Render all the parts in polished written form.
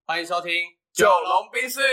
欢迎收听九龙冰室。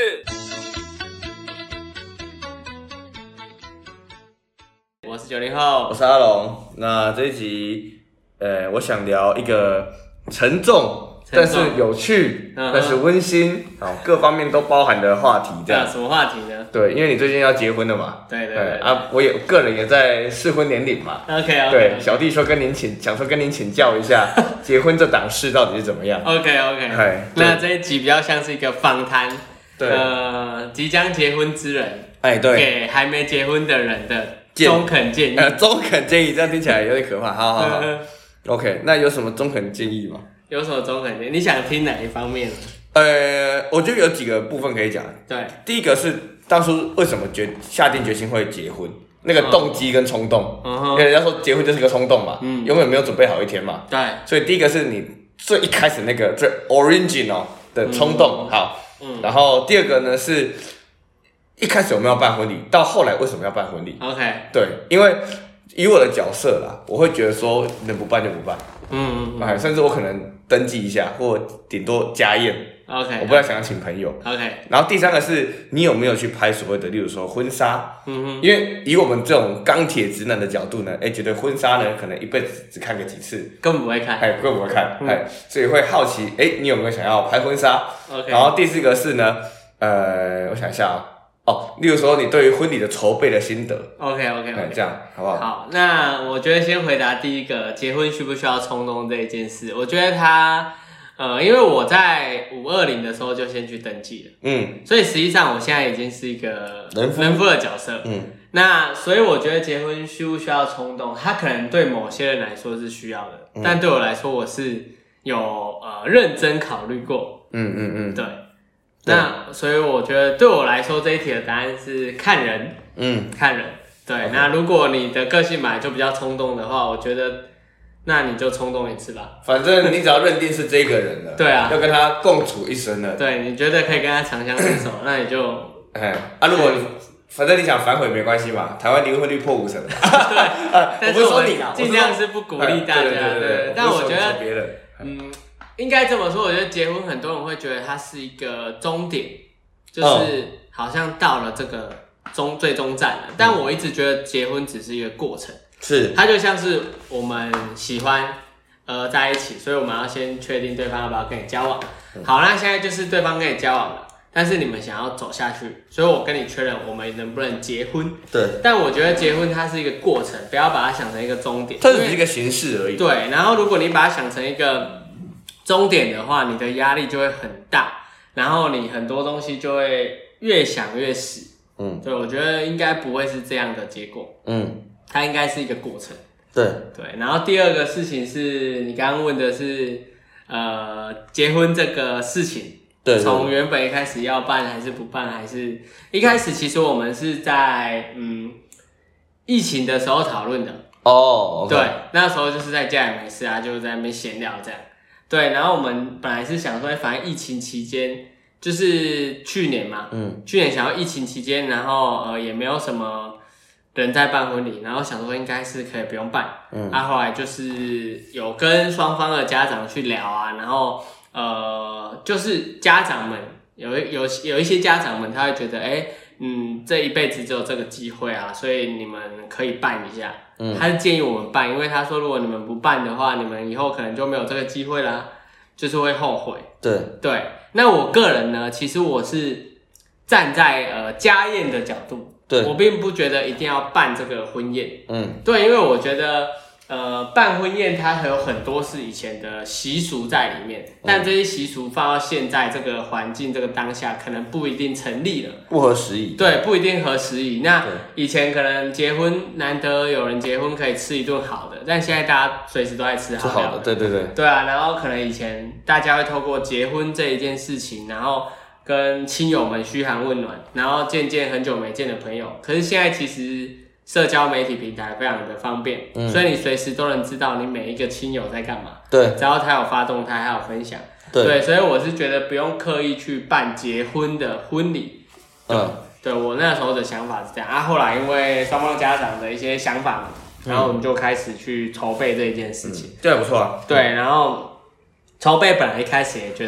我是90后， 我是阿龙。那这一集，我想聊一个沉重但是有趣，但是温馨，各方面都包含的话题。这样什么话题呢？ 对，因为你最近要结婚了嘛。 对啊，我个人也在适婚年龄嘛。 OK。 对，小弟说想说跟您请教一下，结婚这档事到底是怎么样 ？OK。那这一集比较像是一个访谈， 对， 即将结婚之人， 对， 给还没结婚的人的中肯建议。 中肯建议，这样听起来有点可怕。好。OK， 那有什么中肯建议吗？ 有什么中肯建议？你想听哪一方面？ 我觉得有几个部分可以讲。 对， 第一个是当初为什么下定决心会结婚，那个动机跟冲动。因为人家说结婚就是个冲动嘛，永远没有准备好一天嘛。 对， 所以第一个是你最一开始那个最 original 的冲动。好，然后第二个呢是一开始我们要办婚礼，到后来为什么要办婚礼 ？OK， 对，因为以我的角色啦，我会觉得说能不办就不办。甚至我可能登记一下，或顶多家宴。 OK， 我不太想要请朋友。 OK， 然后第三个是你有没有去拍所谓的，例如说婚纱。因为以我们这种钢铁直男的角度呢，觉得婚纱呢可能一辈子只看个几次， 根本不会看， 根本不会看，所以会好奇，你有没有想要拍婚纱 ？OK。 然后第四个是呢，我想一下例如说你对于婚礼的筹备的心得。 OK， 这样好不好？ 好，那我觉得先回答第一个，结婚需不需要冲动这一件事，我觉得它，因为我在520的时候就先去登记了，所以实际上我现在已经是一个人夫的角色，那所以我觉得结婚需不需要冲动，它可能对某些人来说是需要的，但对我来说我是有认真考虑过，对。那所以我觉得对我来说这一题的答案是看人，看人。对， okay。那如果你的个性本来就比较冲动的话，我觉得那你就冲动一次吧。 反正你只要认定是这个人了， 对啊， 要跟他共处一生了。 对，你觉得可以跟他长相厮守，那你就如果反正你想反悔没关系嘛，台湾离婚率破50%。 对，但是我们尽量是不鼓励大家。 对。 但我觉得，应该这么说，我觉得结婚很多人会觉得它是一个终点，就是好像到了这个最终站了。但我一直觉得结婚只是一个过程，它就像是我们喜欢在一起，所以我们要先确定对方要不要跟你交往。好，那现在就是对方跟你交往了，但是你们想要走下去，所以我跟你确认我们能不能结婚。 对， 但我觉得结婚它是一个过程，不要把它想成一个终点， 它只是一个形式而已。 对，然后如果你把它想成一个终点的话，你的压力就会很大，然后你很多东西就会越想越死。对，我觉得应该不会是这样的结果。它应该是一个过程。对，然后第二个事情是你刚刚问的是结婚这个事情，从原本一开始要办还是不办，还是一开始其实我们是在疫情的时候讨论的。对，那时候就是在家里没事啊，就在那边闲聊这样。对，然后我们本来是想说，反正疫情期间就是去年嘛，去年想要疫情期间，然后也没有什么人在办婚礼，然后想说应该是可以不用办，后来就是有跟双方的家长去聊啊，然后就是家长们有一些家长们他会觉得，这一辈子只有这个机会啊，所以你们可以办一下。他是建议我们办，因为他说如果你们不办的话，你们以后可能就没有这个机会啦，就是会后悔。对，那我个人呢，其实我是站在家宴的角度，我并不觉得一定要办这个婚宴。对，因为我觉得办婚宴它还有很多是以前的习俗在里面，但这些习俗放到现在这个环境这个当下，可能不一定成立了， 不合时宜。 对，不一定合时宜。那以前可能结婚难得有人结婚可以吃一顿好的，但现在大家随时都在吃好的。对啊，然后可能以前大家会透过结婚这一件事情，然后跟亲友们嘘寒问暖，然后见很久没见的朋友。可是现在其实社交媒体平台非常的方便，所以你随时都能知道你每一个亲友在干嘛。只要他有发动态，还有分享。对，所以我是觉得不用刻意去办结婚的婚礼。对，我那时候的想法是这样后来因为双方家长的一些想法，然后我们就开始去筹备这一件事情。 这还不错啊。 对，然后筹备本来一开始也觉得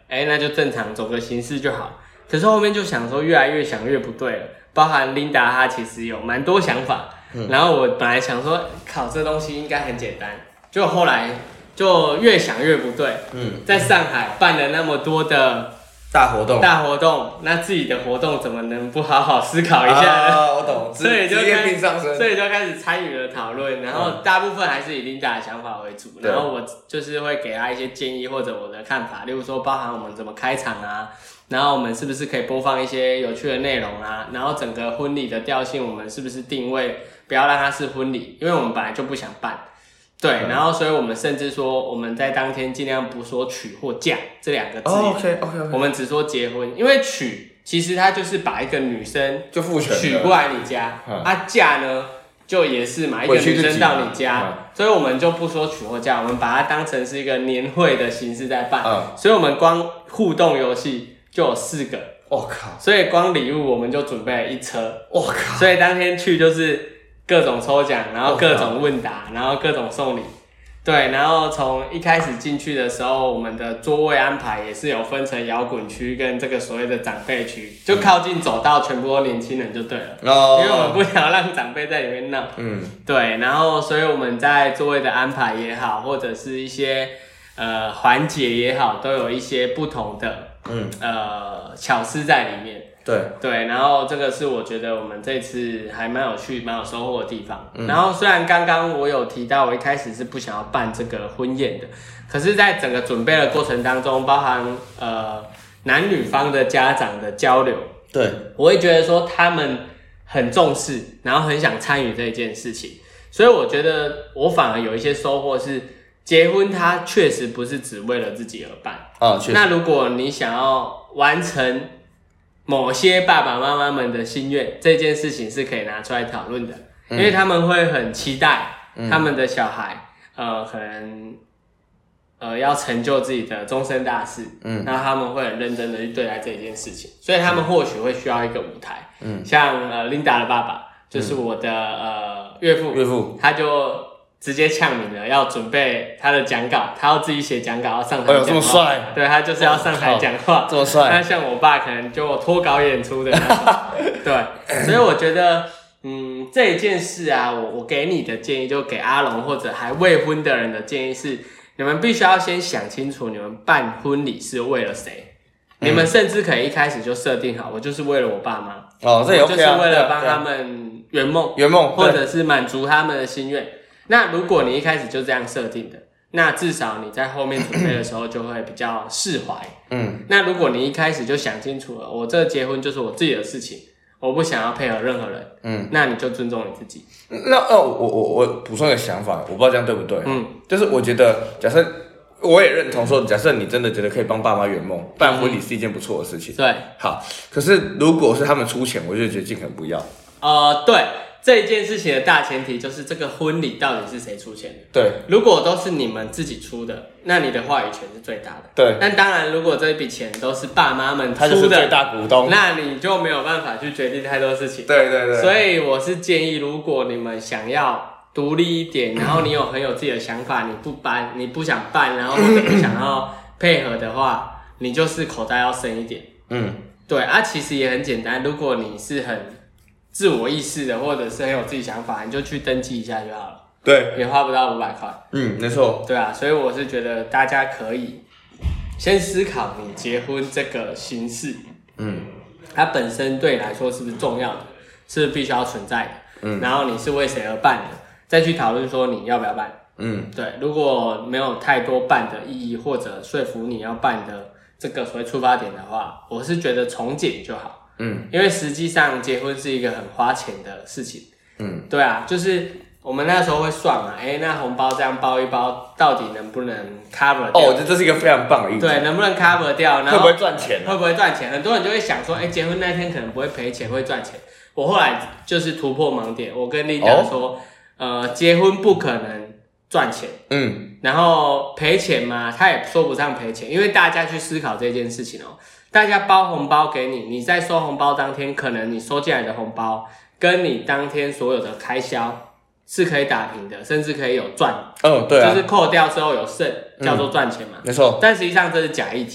那就正常走个形式就好。可是后面就想说，越来越想越不对了。包含 Linda 她其实有蛮多想法，然后我本来想说，靠，这东西应该很简单，结果后来就越想越不对。在上海办了那么多的大活动，那自己的活动怎么能不好好思考一下呢？ 我懂， 所以就开始参与了讨论，然后大部分还是以 Linda 的想法为主，然后我就是会给他一些建议或者我的看法，例如说包含我们怎么开场啊，然后我们是不是可以播放一些有趣的内容啊，然后整个婚礼的调性我们是不是定位不要让它是婚礼，因为我们本来就不想办。对，然后所以我们甚至说我们在当天尽量不说娶或嫁这两个字眼，我们只说结婚，因为娶其实它就是把一个女生就父权娶过来你家，嫁呢就也是嘛，一个女生到你家，所以我们就不说娶或嫁，我们把它当成是一个年会的形式在办，所以我们光互动游戏就有4个， 我靠， 所以光礼物我们就准备了1车， 我靠， 所以当天去就是各种抽奖，然后各种问答，然后各种送礼，对，然后从一开始进去的时候，我们的座位安排也是有分成摇滚区跟这个所谓的长辈区，就靠近走道全部都年轻人就对了，因为我们不想让长辈在里面闹，对，然后所以我们在座位的安排也好，或者是一些环节也好，都有一些不同的巧思在里面。对，然后这个是我觉得我们这次还蛮有趣、蛮有收获的地方。然后虽然刚刚我有提到，我一开始是不想要办这个婚宴的，可是在整个准备的过程当中，包含男女方的家长的交流，对，我会觉得说他们很重视，然后很想参与这件事情，所以我觉得我反而有一些收获是，结婚它确实不是只为了自己而办。那如果你想要完成某些爸爸妈妈们的心愿，这件事情是可以拿出来讨论的，因为他们会很期待他们的小孩，可能要成就自己的终身大事，那他们会很认真的去对待这件事情，所以他们或许会需要一个舞台，像Linda 的爸爸就是我的岳父，他就直接呛明了，要准备他的讲稿，他要自己写讲稿，要上台讲话。这么帅！对，他就是要上台讲话，这么帅。那像我爸可能就脱稿演出的那种，对。所以我觉得，这一件事啊，我给你的建议，就给阿龙或者还未婚的人的建议是，你们必须要先想清楚，你们办婚礼是为了谁。你们甚至可以一开始就设定好，我就是为了我爸妈，这也 OK 啊，就是为了帮他们圆梦，或者是满足他们的心愿。那如果你一开始就这样设定的，那至少你在后面准备的时候就会比较释怀。那如果你一开始就想清楚了，我这个结婚就是我自己的事情，我不想要配合任何人，那你就尊重你自己。 那我补充一个想法，我不知道这样对不对？就是我觉得，假设我也认同说，假设你真的觉得可以帮爸妈圆梦，办婚礼是一件不错的事情。 对， 好，可是如果是他们出钱，我就觉得尽可能不要。 对。这一件事情的大前提就是这个婚礼到底是谁出钱的？ 对， 如果都是你们自己出的，那你的话语权是最大的。 对， 但当然，如果这一笔钱都是爸妈们出的， 他就是最大股东， 那你就没有办法去决定太多事情。 对。 所以我是建议，如果你们想要独立一点，然后你很有自己的想法，你不想办，然后或者不想要配合的话，你就是口袋要深一点。对啊，其实也很简单，如果你是很自我意识的，或者是很有自己想法，你就去登记一下就好了。 对， 也花不到500块。 没错。 对啊，所以我是觉得大家可以先思考你结婚这个形式，它本身对你来说是不是重要的，是不是必须要存在的，然后你是为谁而办的，再去讨论说你要不要办。对，如果没有太多办的意义，或者说服你要办的这个所谓出发点的话，我是觉得从简就好。因为实际上结婚是一个很花钱的事情。对啊，就是我们那时候会算嘛，那红包这样包一包，到底能不能 cover 掉？ 我觉得这是一个非常棒的意思。 对，能不能 cover 掉？然后会不会赚钱？ 会不会赚钱？很多人就会想说，结婚那天可能不会赔钱，会赚钱。我后来就是突破盲点，我跟Linda说，结婚不可能赚钱。然后赔钱嘛，他也说不上赔钱，因为大家去思考这件事情大家包红包给你，你在收红包当天，可能你收进来的红包跟你当天所有的开销是可以打平的，甚至可以有赚。对啊，就是扣掉之后有剩，叫做赚钱嘛。 没错。 但实际上这是假议题，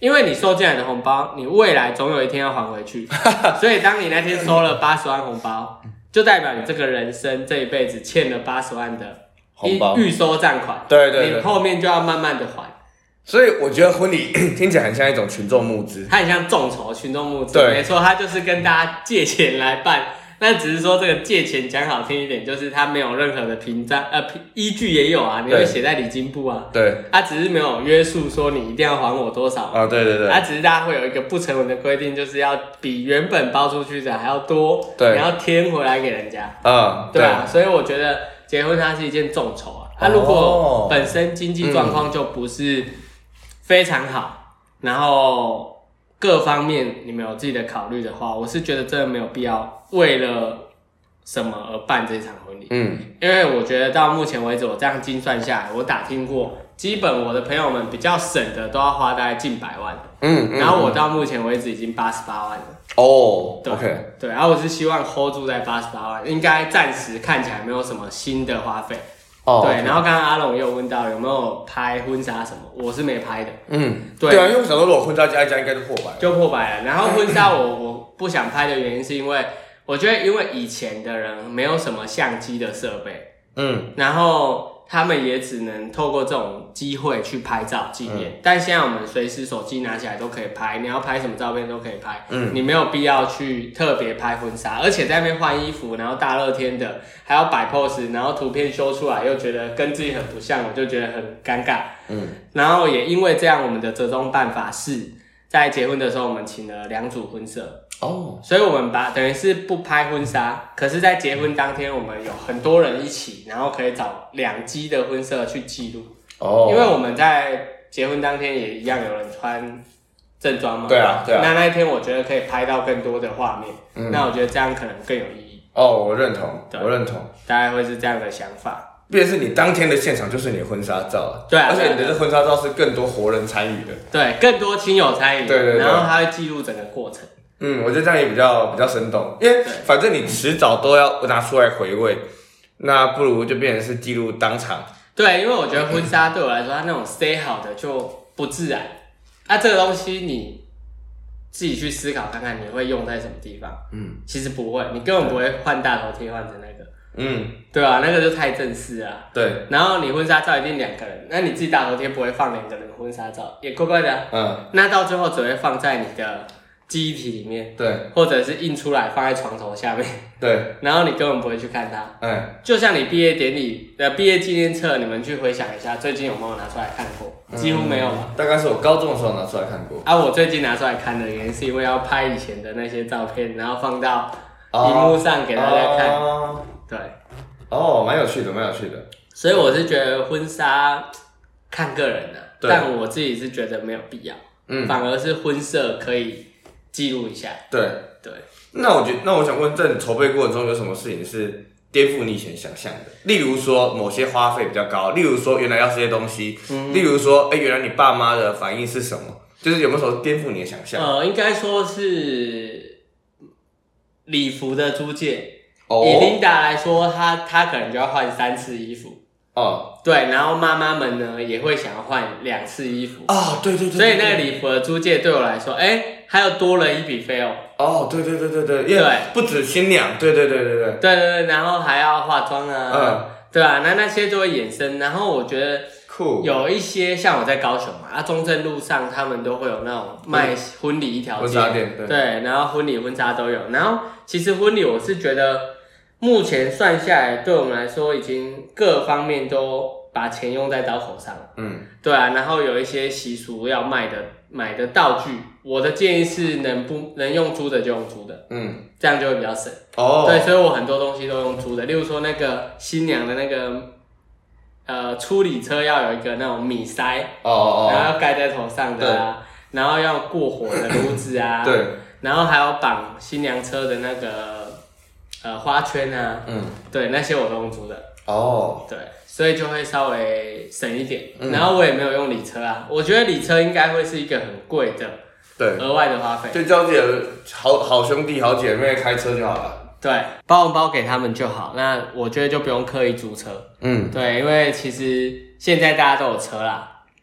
因为你收进来的红包，你未来总有一天要还回去，所以当你那天收了80万红包，就代表你这个人生这一辈子欠了80万的红包预收账款， 对， 你后面就要慢慢的还。 所以我觉得婚礼听起来很像一种群众募资， 它很像众筹群众募资，没错，它就是跟大家借钱来办。那只是说这个借钱讲好听一点，就是它没有任何的依据也有啊，你会写在礼金簿啊， 对， 它只是没有约束说你一定要还我多少啊， 对， 它只是大家会有一个不成文的规定，就是要比原本包出去的还要多， 对， 你要添回来给人家，对啊，所以我觉得结婚它是一件众筹啊，它如果本身经济状况就不是非常好，然后各方面你们有自己的考虑的话，我是觉得真的没有必要为了什么而办这场婚礼。因为我觉得到目前为止，我这样精算下来，我打听过，基本我的朋友们比较省的都要花大概近100万。然后我到目前为止已经88万了。对 OK， 对，然后我是希望 hold 住在88万，应该暂时看起来没有什么新的花费。对，然后刚刚阿龙也有问到有没有拍婚纱什么，我是没拍的。 对啊，因为我想说如果婚纱加一加应该就破百了。然后婚纱我不想拍的原因是因为我觉得因为以前的人没有什么相机的设备，然后他们也只能透过这种机会去拍照纪念。但现在我们随时手机拿起来都可以拍，你要拍什么照片都可以拍。你没有必要去特别拍婚纱，而且在那边换衣服，然后大热天的还要摆 pose， 然后图片修出来又觉得跟自己很不像，我就觉得很尴尬。然后也因为这样，我们的折中办法是在结婚的时候我们请了2组婚摄。所以我们等于是不拍婚纱，可是在结婚当天我们有很多人一起，然后可以找2机的婚摄去记录。因为我们在结婚当天也一样有人穿正装嘛。对啊。 那一天我觉得可以拍到更多的画面。那我觉得这样可能更有意义。 我认同， 大概会是这样的想法。 毕竟是你当天的现场就是你的婚纱照， 对啊， 而且你的婚纱照是更多活人参与的， 对，更多亲友参与， 对， 然后他会记录整个过程。 我觉得这样也比较生动，因为反正你迟早都要拿出来回味，那不如就变成是记录当场。 对，因为我觉得婚纱对我来说，它那种塞好的就不自然。这个东西你自己去思考看看，你会用在什么地方？其实不会，你根本不会换大头贴换成那个。对啊，那个就太正式啊。 对。 然后你婚纱照一定2个人，那你自己大头贴不会放2个人婚纱照，也怪怪的啊。那到最后只会放在你的记忆体里面， 对， 或者是印出来放在床头下面， 对， 然后你根本不会去看它，就像你毕业典礼的毕业纪念册，你们去回想一下，最近有没有拿出来看过？几乎没有吧？ 大概是我高中的时候拿出来看过。 我最近拿出来看的原因是因为要拍以前的那些照片，然后放到荧幕上给大家看。对， 蛮有趣的。 所以我是觉得婚纱看个人啊，但我自己是觉得没有必要，反而是婚摄可以记录一下。对。 那我想问，在你筹备过程中有什么事情是颠覆你以前想象的？例如说某些花费比较高，例如说原来要这些东西，例如说原来你爸妈的反应是什么？就是有没有什么颠覆你的想象？ 应该说是礼服的租借。以琳达来说，她可能就要换3次衣服。对，然后妈妈们呢也会想要换2次衣服。 对。 所以那个礼服的租借对我来说，还有多了一笔费用。 对，因为不止新娘，对， 然后还要化妆啊，对啊，那些就会衍生。然后我觉得有一些像我在高雄嘛，中正路上他们都会有那种卖婚礼一条街， 婚纱店， 对，然后婚礼婚纱都有。然后其实婚礼我是觉得目前算下来，对我们来说已经各方面都把钱用在刀口上。对啊，然后有一些习俗要买的道具，我的建议是能用租的就用租的，这样就会比较省。对，所以我很多东西都用租的，例如说那个新娘的那个出礼车要有一个那种米塞，然后要盖在头上的啊，然后要过火的炉子啊，对，然后还有绑新娘车的那个花圈啊，对，那些我都用租的。对，所以就会稍微省一点。然后我也没有用礼车啊，我觉得礼车应该会是一个很贵的额外的花费。 就叫自己的好兄弟好姐妹开车就好了。 对，包红包给他们就好。那我觉得就不用刻意租车。对，因为其实现在大家都有车啦。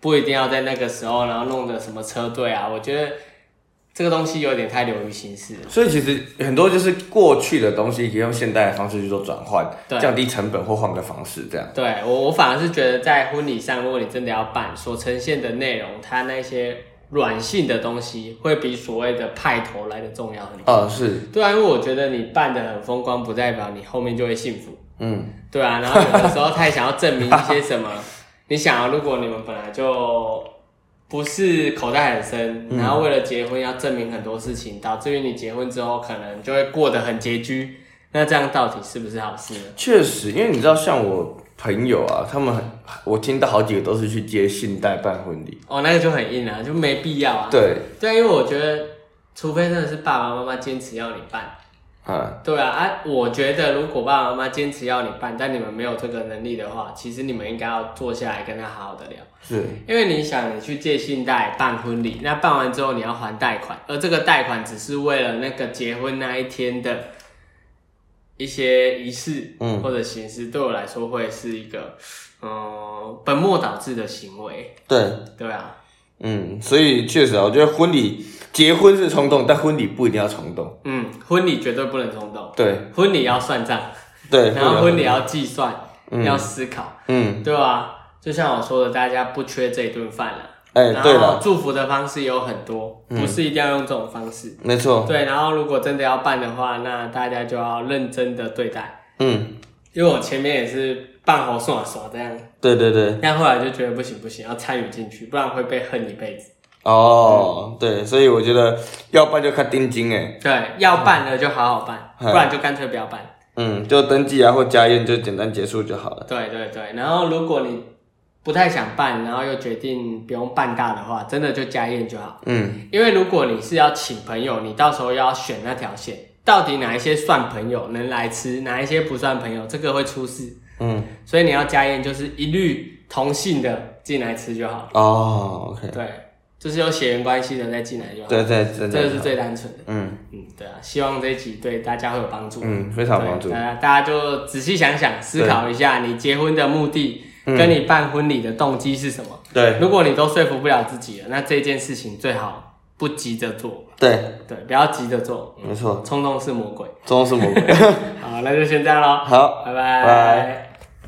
不一定要在那个时候，然后弄的什么车队啊，我觉得这个东西有点太流于形式了。 所以其实很多就是过去的东西，可以用现代的方式去做转换，降低成本或换个方式这样。 对，我反而是觉得在婚礼上，如果你真的要办，所呈现的内容，它那些软性的东西，会比所谓的派头来的重要很多。 是。 对啊，因为我觉得你办得很风光，不代表你后面就会幸福。对啊，然后有的时候太想要证明一些什么，你想要，如果你们本来就不是口袋很深，然后为了结婚要证明很多事情，导致于你结婚之后可能就会过得很拮据，那这样到底是不是好事呢？ 确实，因为你知道，像我朋友啊，我听到好几个都是去接信贷办婚礼。 那个就很硬啊，就没必要啊。 对， 因为我觉得，除非真的是爸爸妈妈坚持要你办。对啊，我觉得如果爸爸妈妈坚持要你办，但你们没有这个能力的话，其实你们应该要坐下来跟他好好的聊。 是， 因为你想，你去借信贷办婚礼，那办完之后你要还贷款，而这个贷款只是为了那个结婚那一天的一些仪式或者形式，对我来说会是一个本末倒置的行为。对啊。 所以确实啊，我觉得结婚是冲动，但婚礼不一定要冲动。 婚礼绝对不能冲动。 对， 婚礼要算账。 对， 然后婚礼要计算，要思考。对吧？就像我说的，大家不缺这一顿饭了。然后祝福的方式有很多，不是一定要用这种方式。 没错。 对，然后如果真的要办的话，那大家就要认真的对待。因为我前面也是办好耍这样。 对。 但后来就觉得不行，要参与进去，不然会被恨一辈子。 对，所以我觉得要办就看定金对，要办了就好好办，不然就干脆不要办。 就登记啊或家宴就简单结束就好了。 对，然后如果你不太想办，然后又决定不用办大的话，真的就家宴就好。因为如果你是要请朋友，你到时候要选那条线，到底哪一些算朋友能来吃，哪一些不算朋友，这个会出事。所以你要家宴就是一律同性的进来吃就好了。 OK。 对，就是有血缘关系的再进来就好。 对， 这个是最单纯的。对啊，希望这一集对大家会有帮助。 非常有帮助。 大家就仔细想想，思考一下，你结婚的目的跟你办婚礼的动机是什么？ 对， 如果你都说服不了自己了，那这件事情最好不急着做。 对， 不要急着做。 没错， 冲动是魔鬼。 好， 那就先这样咯。 好， 拜拜。